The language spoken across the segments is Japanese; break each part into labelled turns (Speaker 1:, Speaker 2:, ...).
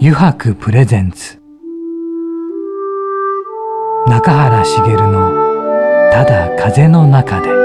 Speaker 1: 油白プレゼンツ中原茂のただ風の中で。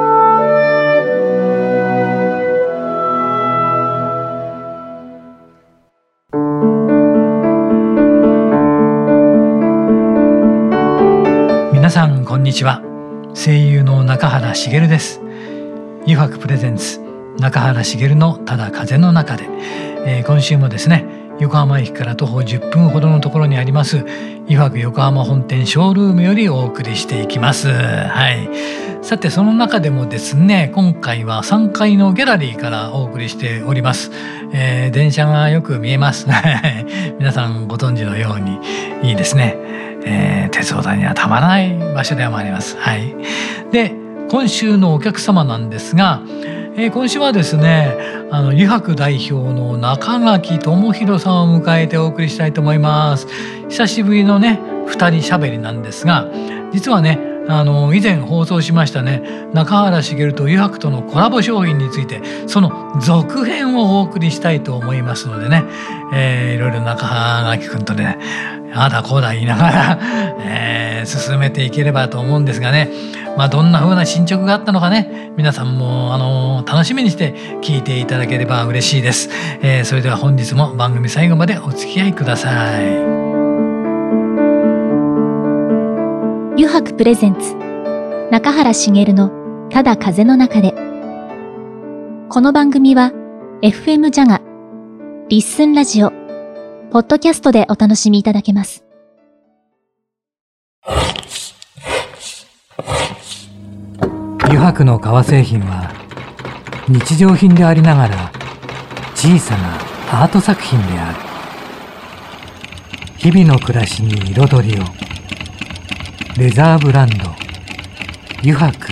Speaker 1: 皆さんこんにちは。声優の中原茂です。油白プレゼンツ中原茂のただ風の中で、今週もですね、横浜駅から徒歩10分ほどのところにあります油白横浜本店ショールームよりお送りしていきます。はい、さてその中でもですね、今回は3階のギャラリーからお送りしております。電車がよく見えます皆さんご存知のようにいいですね、鉄オタにはたまらない場所でもあります。はい、で今週のお客様なんですが、今週はですね、油白代表の中垣智弘さんを迎えてお送りしたいと思います。久しぶりのね2人しゃべりなんですが、実はね以前放送しましたね、中原茂と油白とのコラボ商品について、その続編をお送りしたいと思いますのでね、いろいろ中垣くんとねあだこうだ言いながら、進めていければと思うんですがね、どんな風な進捗があったのかね、皆さんも楽しみにして聞いていただければ嬉しいです。それでは本日も番組最後までお付き合いください。
Speaker 2: 油白プレゼンツ中原茂のただ風の中で。この番組は FM ジャガ、リッスンラジオ、ポッドキャストでお楽しみいただけます。
Speaker 1: 油白の革製品は日常品でありながら小さなアート作品である。日々の暮らしに彩りを。レザーブランド油白。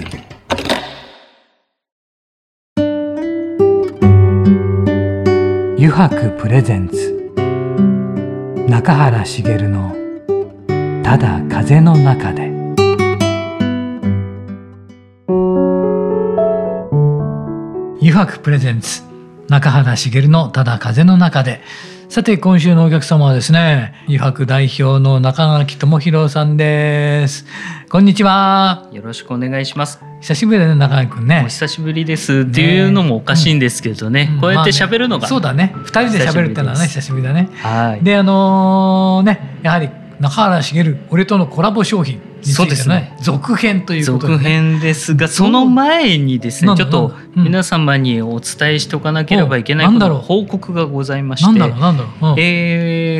Speaker 1: 油白プレゼンツ中原茂のただ風の中で。油白プレゼンツ中原茂のただ風の中で。さて今週のお客様はですね、油白代表の中垣智弘さんです。こんにちは。
Speaker 3: よろしくお願いします。
Speaker 1: 久しぶりだね、中垣くんね。
Speaker 3: お久しぶりですっていうのもおかしいんですけどね、こうやって喋るのが、
Speaker 1: そうだね、2人で喋るってのはね久しぶりだね。
Speaker 3: はい。
Speaker 1: でね、やはり中原茂俺とのコラボ商品についてね、
Speaker 3: そうですね、
Speaker 1: 続編ということで、ね、
Speaker 3: 続編ですが、その前にですね、ちょっと皆様にお伝えしておかなければいけないことの報告がございまして、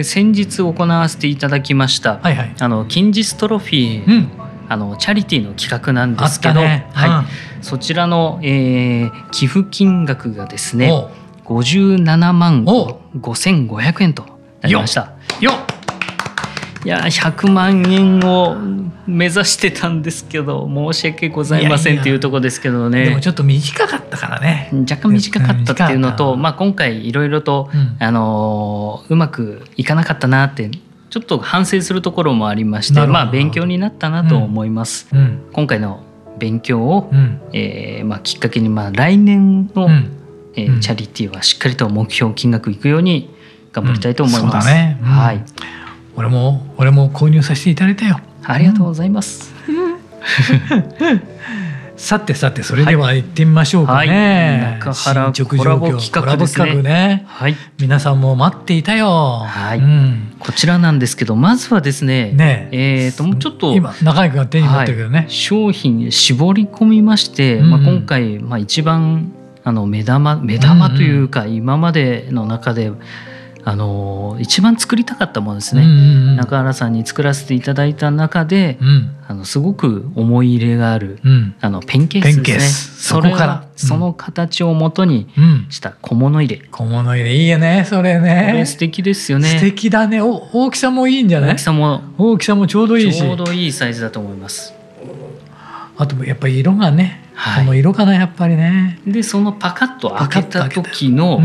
Speaker 3: 先日行わせていただきました、近日トロフィー、チャリティーの企画なんですけど、そちらの、寄付金額がですね57万5500円となりました。いや100万円を目指してたんですけど、申し訳ございませんっていうところですけどね。
Speaker 1: でもちょっと短かったからね、
Speaker 3: 若干短かったっていうのと、今回いろいろと、うまくいかなかったなってちょっと反省するところもありまして、勉強になったなと思います。今回の勉強を、きっかけに、来年の、チャリティーはしっかりと目標金額いくように頑張りたいと思います。
Speaker 1: そうだね、
Speaker 3: はい。
Speaker 1: 俺も購入させていただいたよ。
Speaker 3: ありがとうございます。
Speaker 1: さてそれでは行ってみましょうかね。
Speaker 3: 中原コラボ企画ですね。
Speaker 1: 皆さんも待っていたよ。
Speaker 3: こちらなんですけど、まずはですね、もうちょっと
Speaker 1: 今中垣が手に持ってるけどね、
Speaker 3: 商品絞り込みまして、今回、一番目玉というか、今までの中で一番作りたかったものですね、中原さんに作らせていただいた中で、すごく思い入れがある、ペンケースですね。その形を元にした小物入れ、
Speaker 1: 小物入れいいよね、それね。
Speaker 3: これ素敵ですよね。
Speaker 1: 素敵だね。大きさもいいんじゃない？大きさもちょうどいいし、
Speaker 3: ちょうどいいサイズだと思います。
Speaker 1: あとやっぱり色がね、この色かな、やっぱりね。
Speaker 3: でそのパカッと開けた時の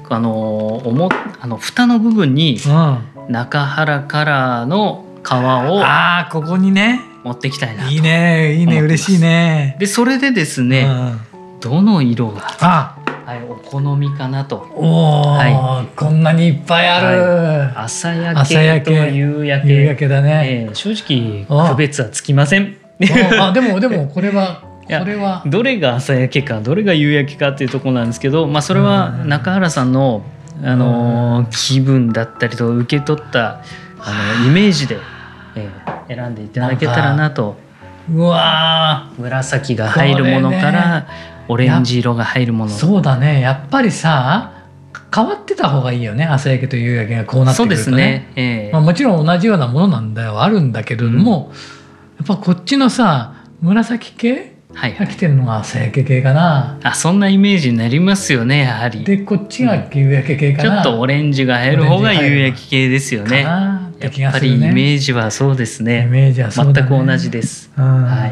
Speaker 3: 蓋の部分に中原カラーの革を
Speaker 1: ここにね
Speaker 3: 持ってきたいなと。
Speaker 1: いいね嬉しいね。
Speaker 3: でそれでですね、どの色が、お好みかなと。
Speaker 1: はい、こんなにいっぱいある、
Speaker 3: はい、朝焼けと夕焼け、
Speaker 1: 夕焼けだね、
Speaker 3: 正直区別はつきません。
Speaker 1: でもこれは
Speaker 3: どれが朝焼けかどれが夕焼けかっていうところなんですけど、それは中原さんの、気分だったりと受け取ったイメージで、選んでいただけたらなと。
Speaker 1: うわ、
Speaker 3: 紫が入るものからオレンジ色が入るもの。
Speaker 1: そうだね、やっぱりさ変わってた方がいいよね、朝焼けと夕焼けがこうなってくるとね。そうですね、もちろん同じようなものなんだよ、あるんだけれども、やっぱこっちのさ紫系が来てるのが朝焼け系かな。
Speaker 3: そんなイメージになりますよね、やはり。
Speaker 1: でこっちが夕焼け系かな、
Speaker 3: ちょっとオレンジが入る方が夕焼け系ですよね。やっぱりイメージはそうですね。
Speaker 1: イメージはそうだね、
Speaker 3: 全く同じです。
Speaker 1: はい、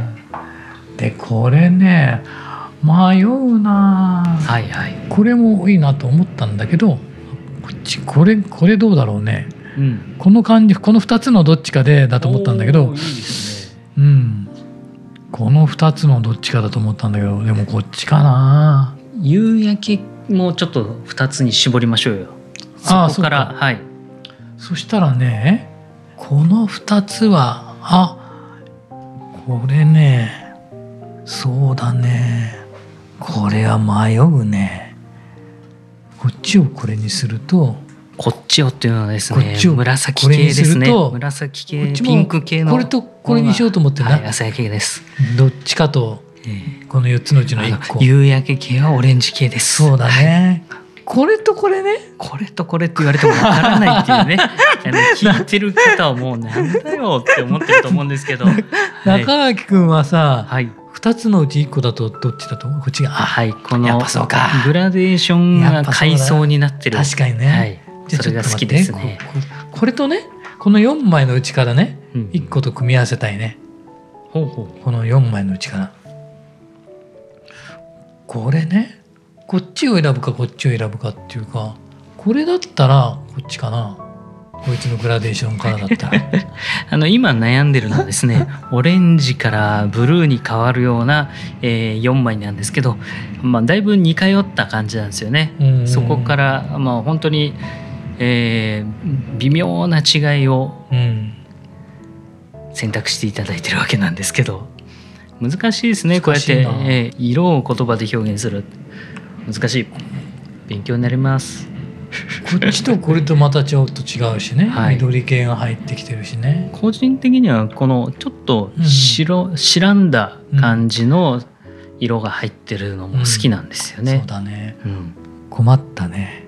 Speaker 1: でこれね迷うな、
Speaker 3: はいはい、
Speaker 1: これもいいなと思ったんだけど、これどうだろうね、この感じ、この2つのどっちかでだと思ったんだけど、いいですね、この2つのどっちかだと思ったんだけど、でもこっちかな。
Speaker 3: 夕焼けもちょっと2つに絞りましょうよ。そこから、はい。
Speaker 1: そしたらね、この2つはこれね、そうだね、これは迷うね。こっちをこれにすると、
Speaker 3: こっちをっていうのはですね、紫系ですね。紫系、ピンク系の、
Speaker 1: これとこれにしようと思ってるな、
Speaker 3: はい、朝焼けです。
Speaker 1: どっちかと、この4つのうちの1個。
Speaker 3: 夕焼け系はオレンジ系です。
Speaker 1: そうだね、これとこれね、
Speaker 3: これとこれって言われてもわからないっていうね聞いてる方はもうなんだよって思ってると思うんですけど
Speaker 1: 中垣君はさ、
Speaker 3: はい、
Speaker 1: 2つのうち1個だとどっちだと思う？こっちが、
Speaker 3: はい、この
Speaker 1: やっぱそうか、
Speaker 3: グラデーションが階層になってる。
Speaker 1: 確かにね、
Speaker 3: はい、それが好きですね。
Speaker 1: これとね、この4枚のうちからね、1個と組み合わせたいね。この4枚のうちから、これね、こっちを選ぶかこっちを選ぶかっていうか、これだったらこっちかな、こいつのグラデーションからだったら
Speaker 3: 今悩んでるのはですねオレンジからブルーに変わるような、4枚なんですけど、だいぶ似通った感じなんですよね。そこから、本当に、微妙な違いを選択していただいてるわけなんですけど、難しいですね。こうやって、色を言葉で表現する、難しい。勉強になります。
Speaker 1: こっちとこれとまたちょっと違うしね、はい、緑系が入ってきてるしね。
Speaker 3: 個人的にはこのちょっと白んだ感じの色が入ってるのも好きなんですよね。
Speaker 1: そうだね、困ったね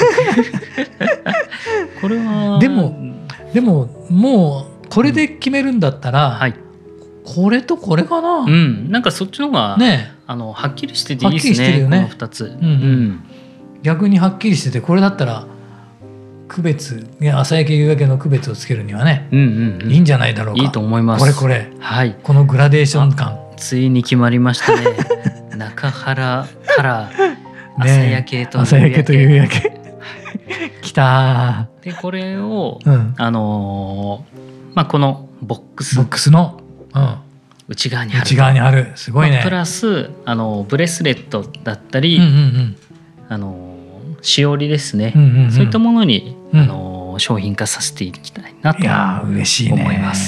Speaker 3: これは
Speaker 1: でももうこれで決めるんだったら、はい、これとこれかな。
Speaker 3: なんかそっちの方が、ね、はっきりしてていいですね。この2つ、
Speaker 1: 逆にはっきりしてて、これだったら区別、朝焼け夕焼けの区別をつけるにはね、いいんじゃないだろうか。
Speaker 3: いいと思います。
Speaker 1: これ、
Speaker 3: はい、
Speaker 1: このグラデーション感、
Speaker 3: ついに決まりましたね中原から朝焼けと
Speaker 1: 夕焼けきた。
Speaker 3: でこれを、このボックス
Speaker 1: の、
Speaker 3: 内側に
Speaker 1: 貼る。すごいね。
Speaker 3: プラスブレスレットだったり、しおりですね、そういったものに、商品化させていきたいなと
Speaker 1: 嬉しいね、
Speaker 3: 思います。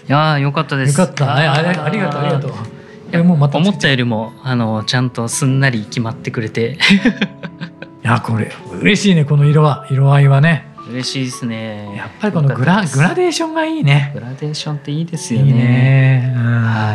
Speaker 3: いやよかったです。
Speaker 1: よかった。ありがとう。
Speaker 3: もう思ったよりもちゃんとすんなり決まってくれて
Speaker 1: いやこれ嬉しいね。この色合いはね
Speaker 3: 嬉しいですね。
Speaker 1: やっぱりこのグラデーションがいいね。
Speaker 3: グラデーションっていいですよね。
Speaker 1: いいね、
Speaker 3: はい。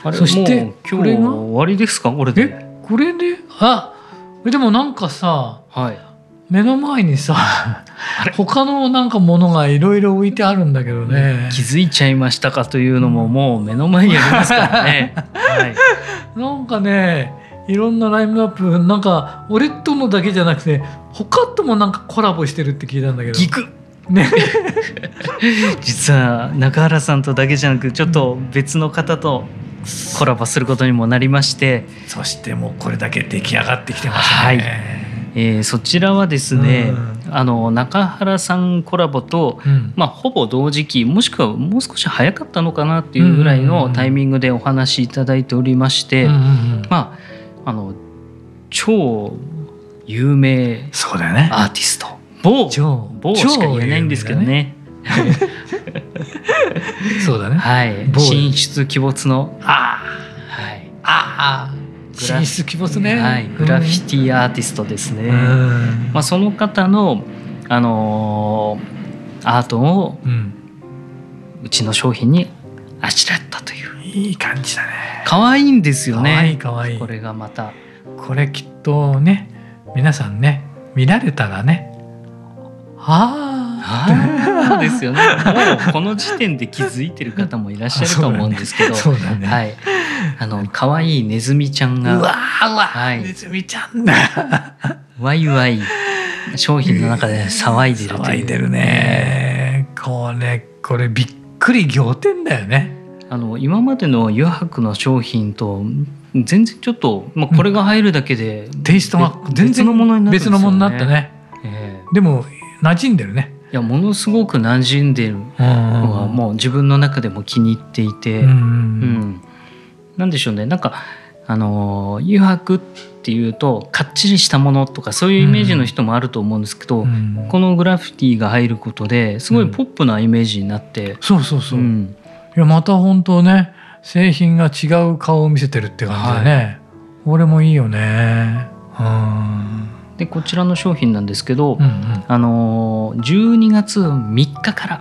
Speaker 3: そして今日は終わりですか？これで
Speaker 1: でもなんかさ、
Speaker 3: はい、
Speaker 1: 目の前にさ他のなんかものがいろいろ置いてあるんだけどね。
Speaker 3: 気づいちゃいましたかというのももう目の前にありますからね、はい、
Speaker 1: なんかねいろんなラインナップ、なんか俺とのだけじゃなくて他ともなんかコラボしてるって聞いたんだけど、
Speaker 3: ギクね実は中原さんとだけじゃなくちょっと別の方とコラボすることにもなりまして、
Speaker 1: そしてもうこれだけ出来上がってきてますね。
Speaker 3: そちらはですね、中原さんコラボと、ほぼ同時期、もしくはもう少し早かったのかなっていうぐらいのタイミングでお話しいただいておりまして、超有名
Speaker 1: そうだよね、
Speaker 3: アーティスト、某しか言えないんですけどね。
Speaker 1: そうだね。
Speaker 3: はい。神出鬼没の
Speaker 1: 神出鬼没ね。
Speaker 3: はい。グラフィティアーティストですね。まあその方のアートをうちの商品にあしらったという。
Speaker 1: いい感じだね。
Speaker 3: 可愛いんですよね。
Speaker 1: 可愛い。
Speaker 3: これがまた。
Speaker 1: これきっとね、皆さんね見られたらね、
Speaker 3: ですよね。もうこの時点で気づいてる方もいらっしゃると思うんですけど、
Speaker 1: そうだね。
Speaker 3: はい。可愛いネズミちゃんが、
Speaker 1: はい、ネズミちゃんだ。
Speaker 3: ワイワイ商品の中で騒いでるという。
Speaker 1: 騒いでるね。これびっくり仰天だよね。
Speaker 3: 今までの油白の商品と全然ちょっと、これが入るだけで、
Speaker 1: テイストが全然別のものになってね。でも馴染んでるね。
Speaker 3: いや、ものすごく馴染んでるのはもう自分の中でも気に入っていて、なんでしょうね、なんか油白っていうとかっちりしたものとかそういうイメージの人もあると思うんですけど、このグラフィティが入ることですごいポップなイメージになって、
Speaker 1: そう、いやまた本当ね、製品が違う顔を見せてるって感じでね、俺もいいよね。
Speaker 3: でこちらの商品なんですけど、12月3日から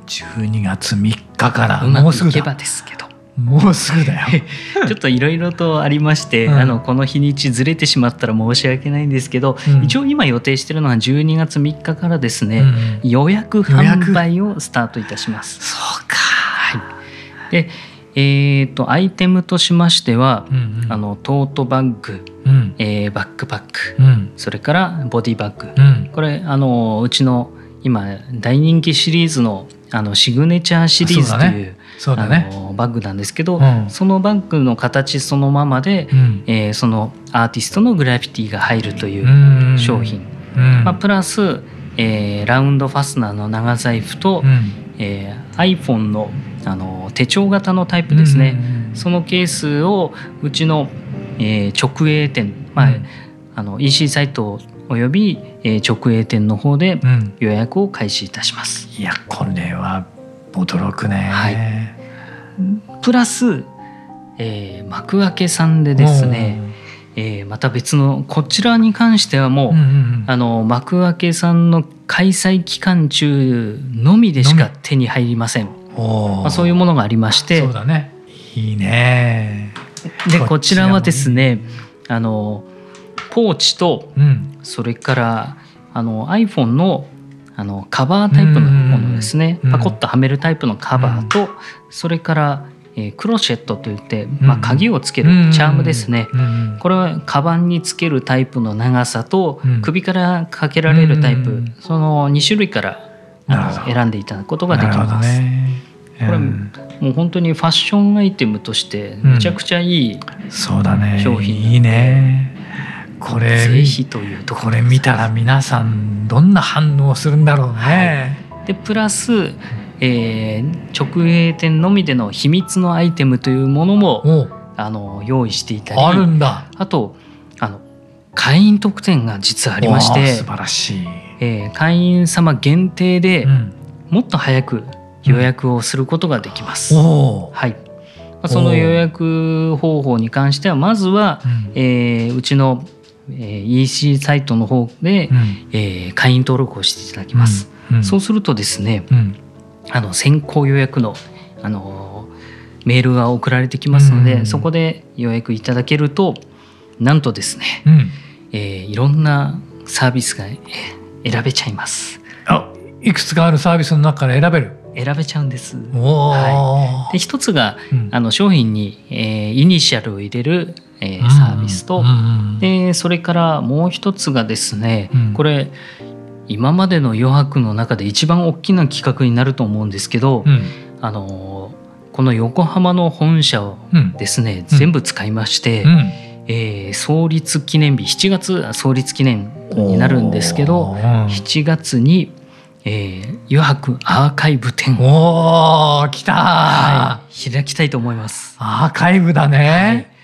Speaker 1: 12月3日から
Speaker 3: うまくいけばですけど、
Speaker 1: もうすぐだよ。
Speaker 3: ちょっといろいろとありまして、この日にちずれてしまったら申し訳ないんですけど、一応今予定しているのは12月3日からですね、予約販売をスタートいたします。
Speaker 1: そうか。
Speaker 3: でアイテムとしましては、トートバッグ、バックパック、それからボディバッグ、これうちの今大人気シリーズのシグネチャーシリーズというバッグなんですけど、そのバッグの形そのままで、そのアーティストのグラフィティが入るという商品、プラス、ラウンドファスナーの長財布と、iPhone の手帳型のタイプですね、そのケースをうちの、直営店、EC サイトおよび、直営店の方で予約を開始いたします。
Speaker 1: いや、これは驚くね。
Speaker 3: プラス、幕開けさんでですね、また別のこちらに関してはもう、幕開けさんの開催期間中のみでしか手に入りません。そういうものがありまして、
Speaker 1: そうだね、いいね。
Speaker 3: でこちらはですね、ポーチと、それからiPhone のカバータイプのものですね、パコッとはめるタイプのカバーと、それからクロシェットといって、鍵をつけるチャームですね、これはカバンにつけるタイプの長さと、首からかけられるタイプ、その2種類から選んでいただくことができます。これもう本当にファッションアイテムとしてめちゃくちゃいい商品、
Speaker 1: いいね。これ
Speaker 3: ぜひというところ、
Speaker 1: これ見たら皆さんどんな反応するんだろうね。
Speaker 3: でプラス、直営店のみでの秘密のアイテムというものも用意していたり、
Speaker 1: あるんだ。
Speaker 3: あと会員特典が実はありまして、
Speaker 1: 素晴らしい、
Speaker 3: 会員様限定でもっと早く予約をすることができます。はい、その予約方法に関してはまずは、うちの、EC サイトの方で、会員登録をしていただきます。そうするとですね、先行予約の、メールが送られてきますので、そこで予約いただけると、なんとですね、いろんなサービスが選べちゃいます。
Speaker 1: いくつかあるサービスの中から選べ
Speaker 3: ちゃうんです。で一つが、商品に、イニシャルを入れる、サービスと、でそれからもう一つがですね、これ今までの余白の中で一番大きな企画になると思うんですけど、この横浜の本社をですね、全部使いまして、創立記念日7月創立記念になるんですけど、7月に余白アーカイブ展
Speaker 1: 来た、
Speaker 3: 開きたいと思います。
Speaker 1: アーカイブだね。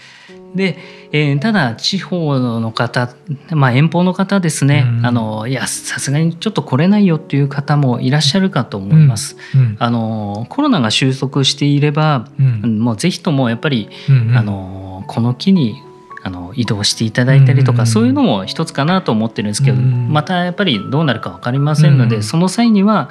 Speaker 3: で、ただ地方の方、遠方の方ですね、いやさすがにちょっと来れないよっていう方もいらっしゃるかと思います。コロナが収束していれば、もうぜひともやっぱり、この機に移動していただいたりとか、そういうのも一つかなと思ってるんですけど、またやっぱりどうなるか分かりませんので、その際には、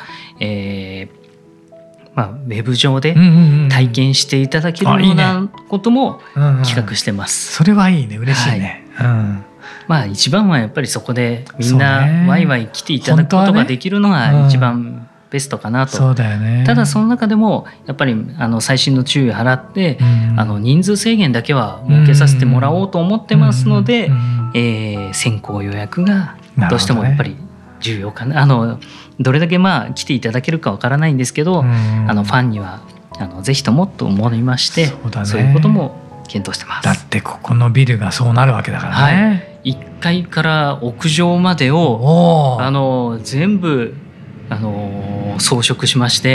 Speaker 3: ウェブ上で体験していただけるようなことも企画してます。
Speaker 1: それはいいね、嬉しいね。
Speaker 3: 一番はやっぱりそこでみんなワイワイ来ていただくことができるのが一番ベストかなと。
Speaker 1: そうだよね。
Speaker 3: ただその中でもやっぱり細心の注意を払って、人数制限だけは設けさせてもらおうと思ってますので、先行予約がどうしてもやっぱり重要かな。どれだけ来ていただけるかわからないんですけど、ファンにはぜひともと思いまして、そういうことも検討してます。
Speaker 1: だってここのビルがそうなるわけだからね。
Speaker 3: 1階から屋上までを全部装飾しまして、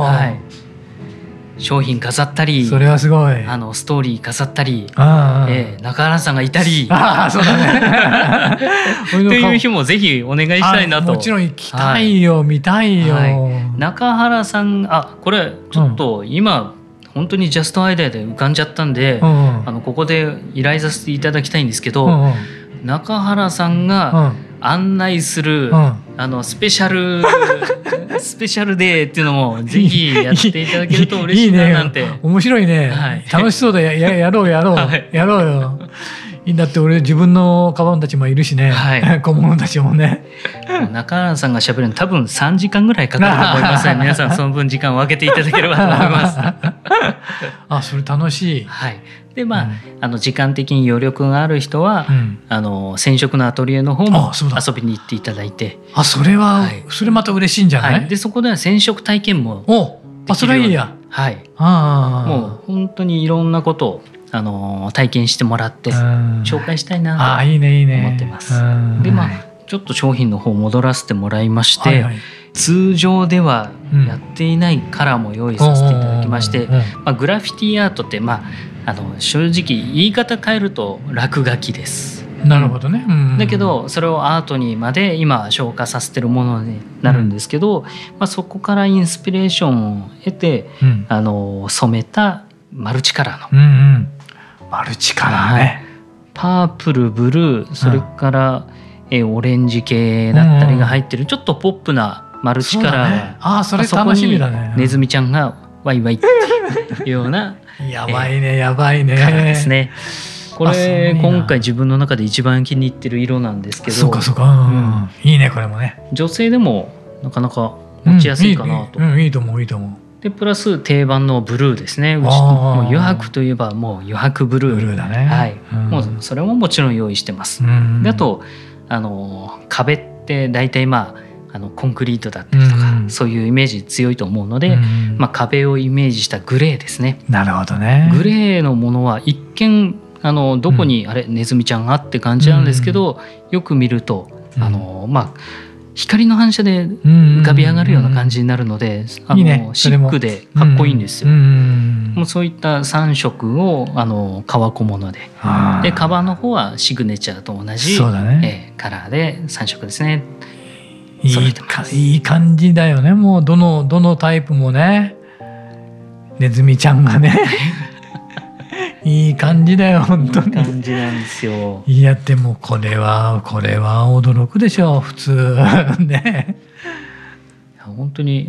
Speaker 3: 商品飾ったり、
Speaker 1: それはすごい、
Speaker 3: ストーリー飾ったり、中原さんがいたり、
Speaker 1: そうだね
Speaker 3: という日もぜひお願いしたいなと。
Speaker 1: もちろん行きたいよ、見たいよ。
Speaker 3: 中原さん、これちょっと今、本当にジャストアイデアで浮かんじゃったんで、ここで依頼させていただきたいんですけど、中原さんが案内する、スペシャルデーっていうのもぜひやっていただけると嬉しいななんて。
Speaker 1: いいね、面白いね、楽しそうだ。やろうやろう。だって俺自分のカバンたちもいるしね、小物たちもね。
Speaker 3: 中原さんが喋るの多分3時間ぐらいかかると思いますね。皆さんその分時間を分けていただければと思います。
Speaker 1: それ楽しい。
Speaker 3: で時間的に余力がある人は、染色のアトリエの方も遊びに行っていただいて、
Speaker 1: それまた嬉しいんじゃない？
Speaker 3: でそこでは染色体験もできる。
Speaker 1: それいいや。
Speaker 3: もう本当にいろんなことを体験してもらって紹介したいなと思ってます。でちょっと商品の方戻らせてもらいまして、通常ではやっていないカラーも用意させていただきまして、グラフィティアートって正直言い方変えると落書きです。
Speaker 1: なるほどね。
Speaker 3: だけどそれをアートにまで今昇華させてるものになるんですけど、そこからインスピレーションを得て、染めたマルチカラーの、
Speaker 1: マルチカラーね。
Speaker 3: パープル、ブルー、それから、オレンジ系だったりが入ってる、ちょっとポップなマルチカラーが、
Speaker 1: それ楽しみだね。
Speaker 3: ネズミちゃんがワイワイっていうような
Speaker 1: やばいねカラ
Speaker 3: ーですね。これ今回自分の中で一番気に入ってる色なんですけど、
Speaker 1: そうか、いいね。これもね、
Speaker 3: 女性でもなかなか持ちやすいかなと。
Speaker 1: いいと思う。
Speaker 3: でプラス定番のブルーですね。もう余白といえばもう余白ブルー
Speaker 1: だね。
Speaker 3: もうそれももちろん用意してます。であと壁って大体コンクリートだったりとか、そういうイメージ強いと思うので、壁をイメージしたグレーですね。
Speaker 1: なるほどね。
Speaker 3: グレーのものは一見どこにネズミちゃんがって感じなんですけど、よく見ると光の反射で浮かび上がるような感じになるので、シックでかっこいいんですよ。もうそういった3色を革小物で、カバーの方はシグネチャーと同じ、カラーで3色ですね。
Speaker 1: いい感じだよね。もうどのタイプもね、ネズミちゃんがねいい感じだよ、本当に。いい
Speaker 3: 感じなんですよ。
Speaker 1: いやでもこれは驚くでしょ普通ね。
Speaker 3: 本当に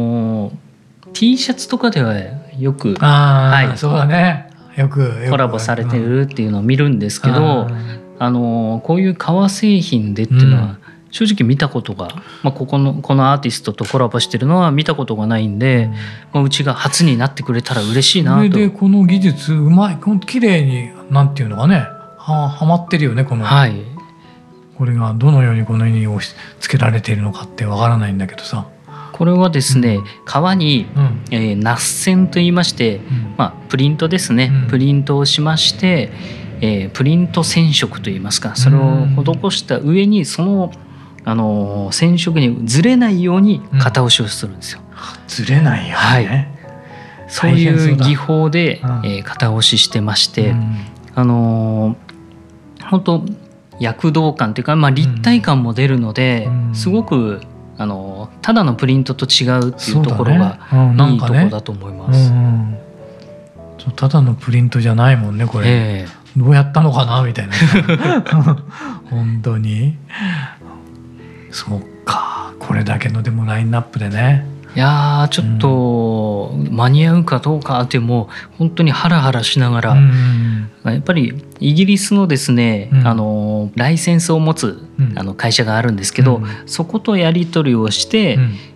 Speaker 3: T シャツとかではよく
Speaker 1: そうだね、よく
Speaker 3: コラボされてるっていうのを見るんですけど、こういう革製品でっていうのは正直見たことが、このアーティストとコラボしてるのは見たことがないんで、うちが初になってくれたら嬉しいなと。
Speaker 1: それでこの技術うまい、綺麗になんていうのかね、はまってるよね。これがどのようにこの絵に押し付けられているのかってわからないんだけどさ。
Speaker 3: これはですね、革に、ナッセンと言いまして、プリントですね、プリントをしまして、プリント染色といいますか、それを施した上にその染色にずれないように型押しをするんですよ。
Speaker 1: ずれないようにね。
Speaker 3: そういう技法で型押ししてまして、 本当躍動感というか、立体感も出るので、すごくただのプリントと違うっていうところがいいところだと思います。
Speaker 1: ただのプリントじゃないもんねこれ、どうやったのかなみたいな本当にそうか、これだけのでもラインナップでね、
Speaker 3: いやちょっと間に合うかどうかってもう本当にハラハラしながら、やっぱりイギリスのですね、ライセンスを持つ会社があるんですけど、そことやり取りをして、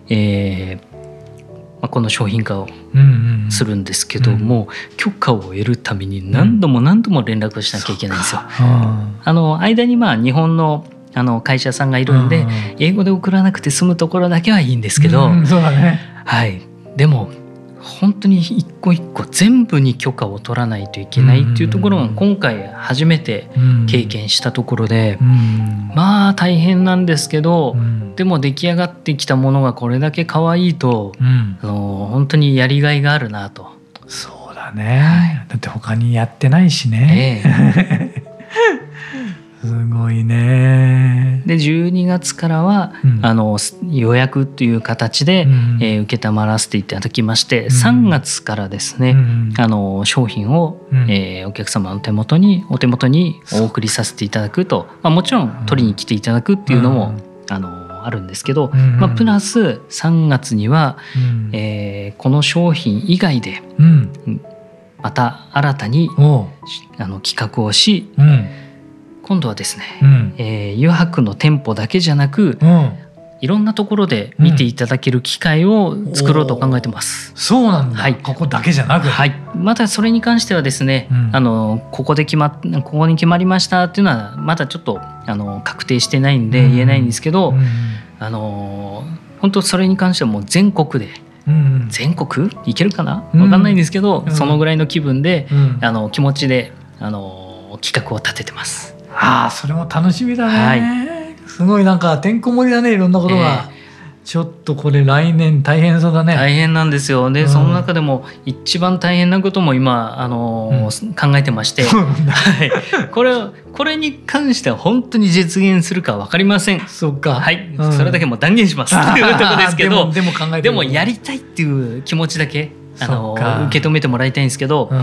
Speaker 3: この商品化をするんですけども、許可を得るために何度も何度も連絡をしなきゃいけないんですよ。間に日本の会社さんがいるんで、英語で送らなくて済むところだけはいいんですけど、
Speaker 1: そうだね、
Speaker 3: はい、でも本当に一個一個全部に許可を取らないといけないっていうところが今回初めて経験したところで、大変なんですけど、でも出来上がってきたものがこれだけ可愛いと、本当にやりがいがあるなと。
Speaker 1: そうだね、だって他にやってないしね、すごいね。
Speaker 3: で12月からは、予約という形で、承らせていただきまして、3月からですね、商品を、お客様のお手元にお送りさせていただくと、もちろん取りに来ていただくっていうのも、あるんですけど、プラス3月には、この商品以外で、また新たに企画をし、今度はですね、油白の店舗だけじゃなく、いろんなところで見ていただける機会を作ろうと考えてます。
Speaker 1: そうなんだ、ここだけじゃなく、
Speaker 3: またそれに関してはですね、ここに決まりましたっていうのはまだちょっと確定してないんで言えないんですけど、本当それに関してはもう全国で、全国いけるかな分かんないんですけど、そのぐらいの気分で、気持ちで企画を立ててます。
Speaker 1: それも楽しみだね、すごいなんかてんこ盛りだね、いろんなことが、ちょっとこれ来年大変そうだね。
Speaker 3: 大変なんですよ。で、その中でも一番大変なことも今考えてまして、これに関しては本当に実現するか分かりません。
Speaker 1: そうか、
Speaker 3: それだけも断言しますっていうところですけど
Speaker 1: で
Speaker 3: もやりたいっていう気持ちだけ受け止めてもらいたいんですけど、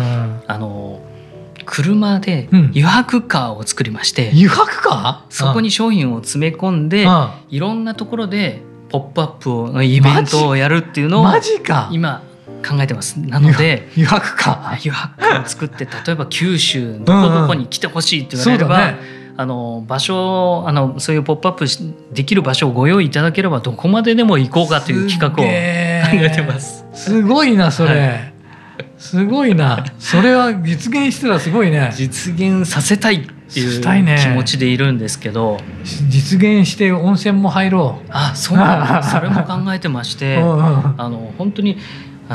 Speaker 3: 車で油白カーを作りまして、
Speaker 1: 油白カー？
Speaker 3: そこに商品を詰め込んで、いろんなところでポップアップイベントをやるっていうのを今考えてます。なので
Speaker 1: 油白カ
Speaker 3: ーを作って、例えば九州どこどこに来てほしいって言われれば、場所そういうポップアップできる場所をご用意いただければどこまででも行こうかという企画を考えてます。
Speaker 1: すごいなそれ、すごいな、それは実現したらすごいね。
Speaker 3: 実現させたいっていう気持ちでいるんですけど、
Speaker 1: 実現して温泉も入ろう。
Speaker 3: そうそれも考えてまして本当に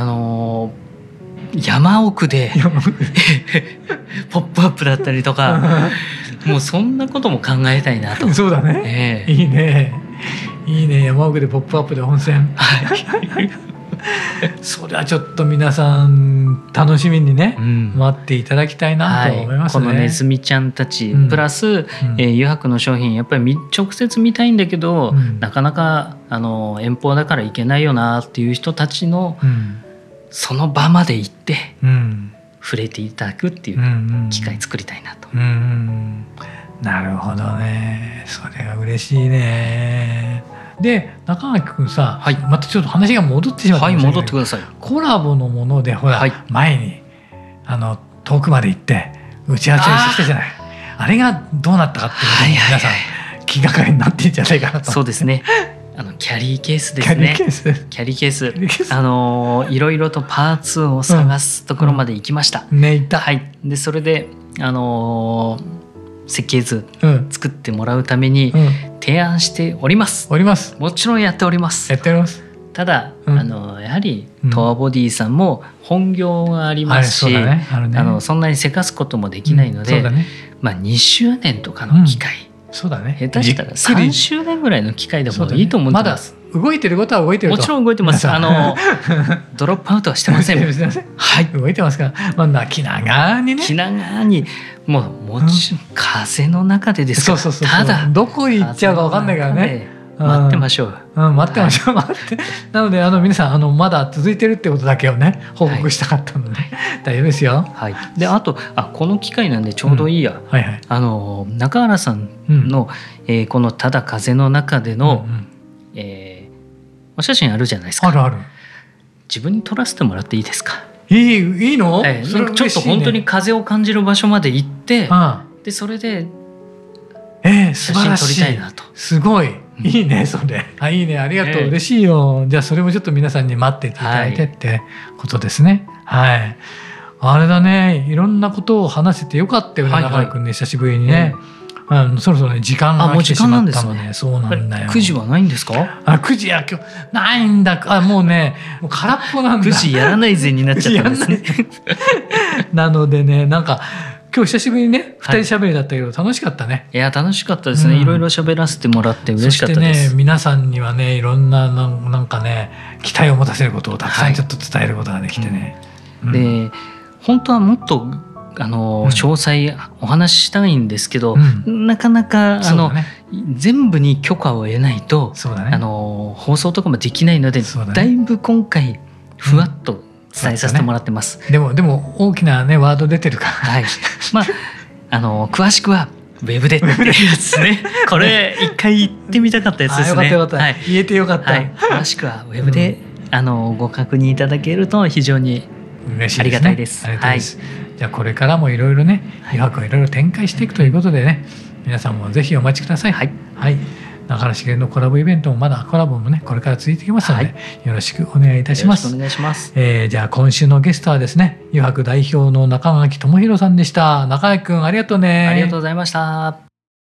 Speaker 3: 山奥でポップアップだったりとかもうそんなことも考えたいなと。
Speaker 1: そうだね、いいねいいね、山奥でポップアップで温泉それはちょっと皆さん楽しみにね、待っていただきたいなと思いますね。
Speaker 3: このネズミちゃんたち、プラス、油白の商品やっぱり直接見たいんだけど、なかなか遠方だから行けないよなっていう人たちの、その場まで行って、触れていただくっていう機会作りたいなと。
Speaker 1: なるほどね、それは嬉しいね。で中垣君さ、またちょっと話が戻ってしまったんですけど、
Speaker 3: 戻ってください。
Speaker 1: コラボのものでほら、前に遠くまで行って打ち合わせしたじゃない。あれがどうなったかっていうのを皆さん気がかりになってんじゃないかなと。
Speaker 3: そうですね、キャリーケースですね。キャリーケースいろいろとパーツを探すところまで行きました。でそれで設計図作ってもらうために提案しております。もちろんやっております。ただやはりトアボディさんも本業がありますし、そんなにせかすこともできないので、2周年とかの機会
Speaker 1: そうだね。
Speaker 3: 下手したら3周年ぐらいの機会でもいいと思ってます。
Speaker 1: まだ動いてることは動いてると。
Speaker 3: もちろん動いてます。ドロップアウトはしてません。
Speaker 1: はい、動いてますから。気長にね。
Speaker 3: 気長にもちろん風の中でですから。ただ
Speaker 1: どこ行っちゃうか分かんないからね。
Speaker 3: 待ってましょう。
Speaker 1: 待ってましょう。なので皆さんまだ続いてるってことだけをね報告したかったので、大丈夫ですよ。
Speaker 3: はい。であとこの機会なんでちょうどいいや。中原さんのこのただ風の中でのお写真あるじゃないですか。
Speaker 1: ある。
Speaker 3: 自分に撮らせてもらっていいですか。
Speaker 1: いいの？
Speaker 3: ちょっと本当に風を感じる場所まで行って、でそれで写真撮りたいなと。
Speaker 1: すごい。いいねそれ。いいね、ありがとう、嬉しいよ。じゃあそれもちょっと皆さんに待っていただいてってことですね。はい。あれだね、いろんなことを話せてよかったよね、中原くんね、久しぶりにね。そろそろね時間が来てしまったので、そうなんだよ。
Speaker 3: 9時はないんですか
Speaker 1: ？9時は今日ないんだ。もうね、もう空っぽなんだ。
Speaker 3: 9時やらないぜになっちゃったんですね。
Speaker 1: なのでね、今日久しぶりにね2人喋りだったけど楽しかったね。
Speaker 3: いや楽しかったですね。いろいろ喋らせてもらって嬉しかったです。
Speaker 1: そしてね、皆さんにはねいろんななんかね期待を持たせることをたくさんちょっと伝えることができてね。
Speaker 3: で本当はもっと詳細お話ししたいんですけど、なかなか全部に許可を得ないと、放送とかもできないので、だいぶ今回ふわっと伝えさせてもらってます。
Speaker 1: でも大きなねワード出てるから。
Speaker 3: 詳しくはウェブでっていうやつね。これ一回言ってみたかったやつですね。
Speaker 1: よかった。言えてよかった。
Speaker 3: 詳しくはウェブでご確認いただけると非常にありがたいです。
Speaker 1: じゃあこれからもいろいろね余白をいろいろ展開していくということでね、皆さんもぜひお待ちください。はい。中原茂のコラボイベントもコラボもねこれから続いていきますので、よろしくお願いいたします。
Speaker 3: よろしくお願いします。
Speaker 1: じゃあ今週のゲストはですね、余白代表の中垣智弘さんでした。中垣くんありがとうね。
Speaker 3: ありがとうございました。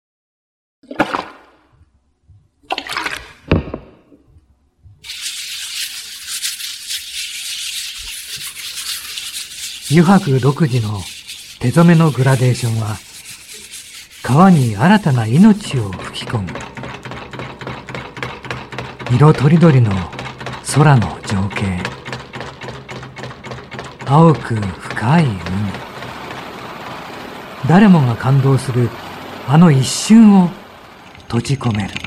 Speaker 1: 余白独自の手染めのグラデーションは川に新たな命を吹き込む。色とりどりの空の情景、青く深い海、誰もが感動する一瞬を閉じ込める。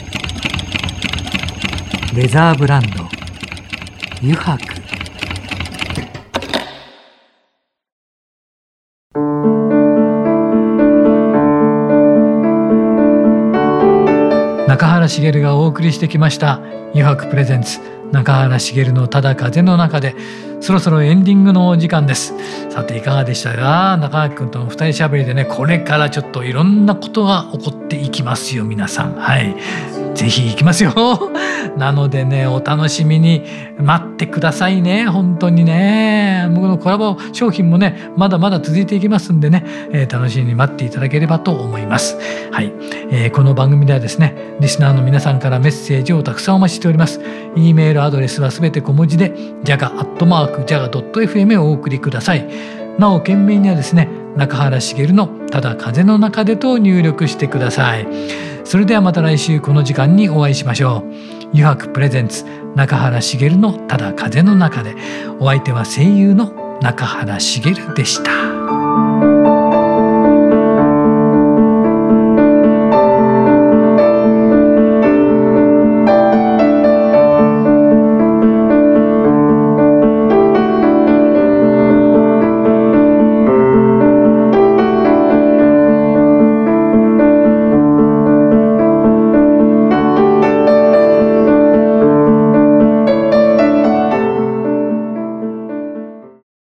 Speaker 1: レザーブランド余白。中原茂がお送りしてきました余白プレゼンツ中原茂のただ風の中で、そろそろエンディングのお時間です。さていかがでしたか？中垣くんとの2人喋りでね、これからちょっといろんなことが起こっていきますよ皆さん。ぜひ行きますよ。なのでね、お楽しみに待ってくださいね。本当にね、僕のコラボ商品もねまだまだ続いていきますんでね、楽しみに待っていただければと思います。この番組ではですね、リスナーの皆さんからメッセージをたくさんお待ちしております。E メールアドレスはすべて小文字で jaga@jaga.fm をお送りください。なお件名にはですね、中原茂のただ風の中でと入力してください。それではまた来週この時間にお会いしましょう。余白プレゼンツ中原茂のただ風の中で、お相手は声優の中原茂でした。